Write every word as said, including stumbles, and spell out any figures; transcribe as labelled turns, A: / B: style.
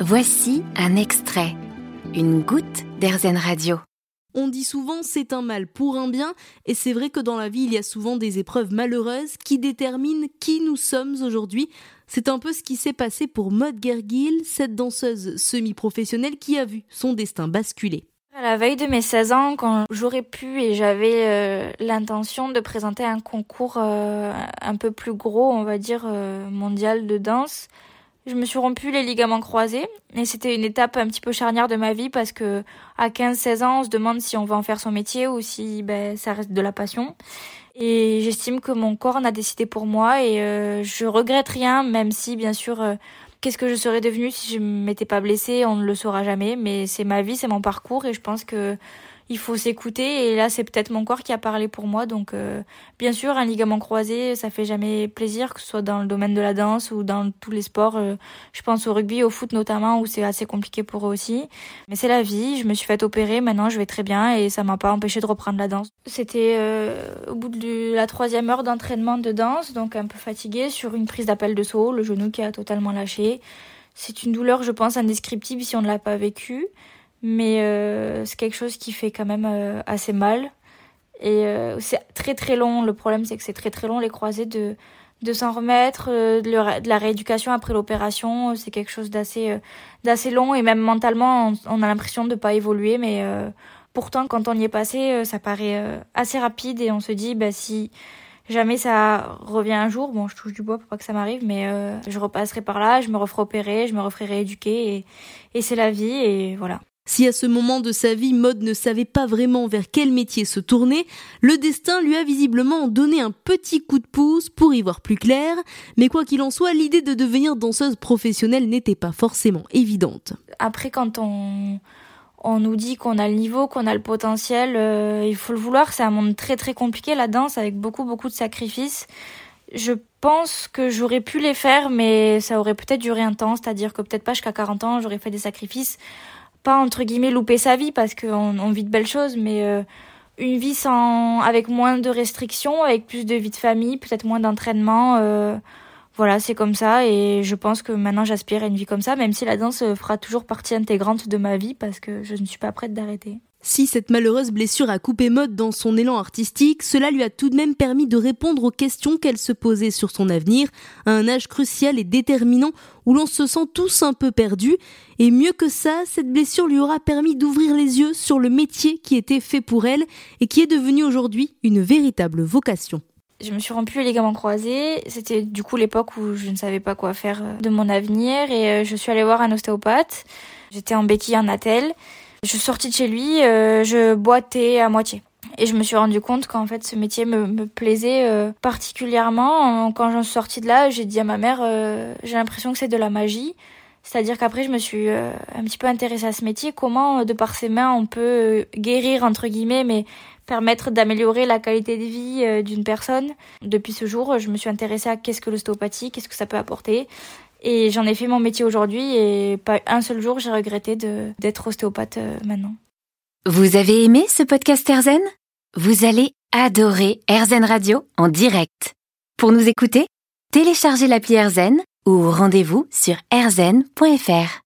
A: Voici un extrait, une goutte d'Airzen Radio.
B: On dit souvent c'est un mal pour un bien, et c'est vrai que dans la vie il y a souvent des épreuves malheureuses qui déterminent qui nous sommes aujourd'hui. C'est un peu ce qui s'est passé pour Maud Guerguil, cette danseuse semi-professionnelle qui a vu son destin basculer.
C: À la veille de mes seize ans, quand j'aurais pu et j'avais euh, l'intention de présenter un concours euh, un peu plus gros, on va dire euh, mondial de danse, je me suis rompu les ligaments croisés et c'était une étape un petit peu charnière de ma vie parce que à quinze seize ans, on se demande si on va en faire son métier ou si ben, ça reste de la passion. Et j'estime que mon corps en a décidé pour moi et euh, je regrette rien, même si bien sûr, euh, qu'est-ce que je serais devenue si je m'étais pas blessée, on ne le saura jamais. Mais c'est ma vie, c'est mon parcours et je pense que il faut s'écouter et là c'est peut-être mon corps qui a parlé pour moi. Donc euh, bien sûr un ligament croisé ça fait jamais plaisir, que ce soit dans le domaine de la danse ou dans tous les sports. Euh, je pense au rugby, au foot notamment où c'est assez compliqué pour eux aussi. Mais c'est la vie, je me suis fait opérer, maintenant je vais très bien et ça m'a pas empêché de reprendre la danse. C'était euh, au bout de la troisième heure d'entraînement de danse, donc un peu fatiguée, sur une prise d'appel de saut, le genou qui a totalement lâché. C'est une douleur je pense indescriptible si on ne l'a pas vécue. Mais euh, c'est quelque chose qui fait quand même euh, assez mal. Et euh, c'est très très long. Le problème, c'est que c'est très très long, les croisés, de, de s'en remettre, euh, de, le, de la rééducation après l'opération. C'est quelque chose d'assez, euh, d'assez long. Et même mentalement, on, on a l'impression de ne pas évoluer. Mais euh, pourtant, quand on y est passé, euh, ça paraît euh, assez rapide. Et on se dit, bah, si jamais ça revient un jour, bon, je touche du bois pour pas que ça m'arrive, mais euh, je repasserai par là, je me referai opérer, je me referai rééduquer. Et, et c'est la vie. Et voilà.
B: Si à ce moment de sa vie, Maud ne savait pas vraiment vers quel métier se tourner, le destin lui a visiblement donné un petit coup de pouce pour y voir plus clair. Mais quoi qu'il en soit, l'idée de devenir danseuse professionnelle n'était pas forcément évidente.
C: Après, quand on, on nous dit qu'on a le niveau, qu'on a le potentiel, euh, il faut le vouloir. C'est un monde très très compliqué, la danse, avec beaucoup beaucoup de sacrifices. Je pense que j'aurais pu les faire, mais ça aurait peut-être duré un temps. C'est-à-dire que peut-être pas jusqu'à quarante ans, j'aurais fait des sacrifices. Pas entre guillemets louper sa vie parce qu'on on vit de belles choses, mais euh, une vie sans, avec moins de restrictions, avec plus de vie de famille, peut-être moins d'entraînement. Euh, voilà, c'est comme ça et je pense que maintenant j'aspire à une vie comme ça, même si la danse fera toujours partie intégrante de ma vie parce que je ne suis pas prête d'arrêter.
B: Si cette malheureuse blessure a coupé Maud dans son élan artistique, cela lui a tout de même permis de répondre aux questions qu'elle se posait sur son avenir, à un âge crucial et déterminant où l'on se sent tous un peu perdu. Et mieux que ça, cette blessure lui aura permis d'ouvrir les yeux sur le métier qui était fait pour elle et qui est devenu aujourd'hui une véritable vocation.
C: Je me suis rompu les ligaments croisés. C'était du coup l'époque où je ne savais pas quoi faire de mon avenir et je suis allée voir un ostéopathe. J'étais en béquille en attelle. Je suis sortie de chez lui, euh, je boitais à moitié. Et je me suis rendu compte qu'en fait ce métier me, me plaisait euh, particulièrement. Quand j'en suis sortie de là, j'ai dit à ma mère, euh, j'ai l'impression que c'est de la magie. C'est-à-dire qu'après je me suis euh, un petit peu intéressée à ce métier. Comment, de par ses mains, on peut euh, guérir, entre guillemets, mais permettre d'améliorer la qualité de vie euh, d'une personne. Depuis ce jour, je me suis intéressée à qu'est-ce que l'ostéopathie, qu'est-ce que ça peut apporter. Et j'en ai fait mon métier aujourd'hui et pas un seul jour j'ai regretté de, d'être ostéopathe euh, maintenant.
A: Vous avez aimé ce podcast Airzen ? Vous allez adorer Airzen Radio en direct. Pour nous écouter, téléchargez l'appli Airzen ou rendez-vous sur airzen point f r.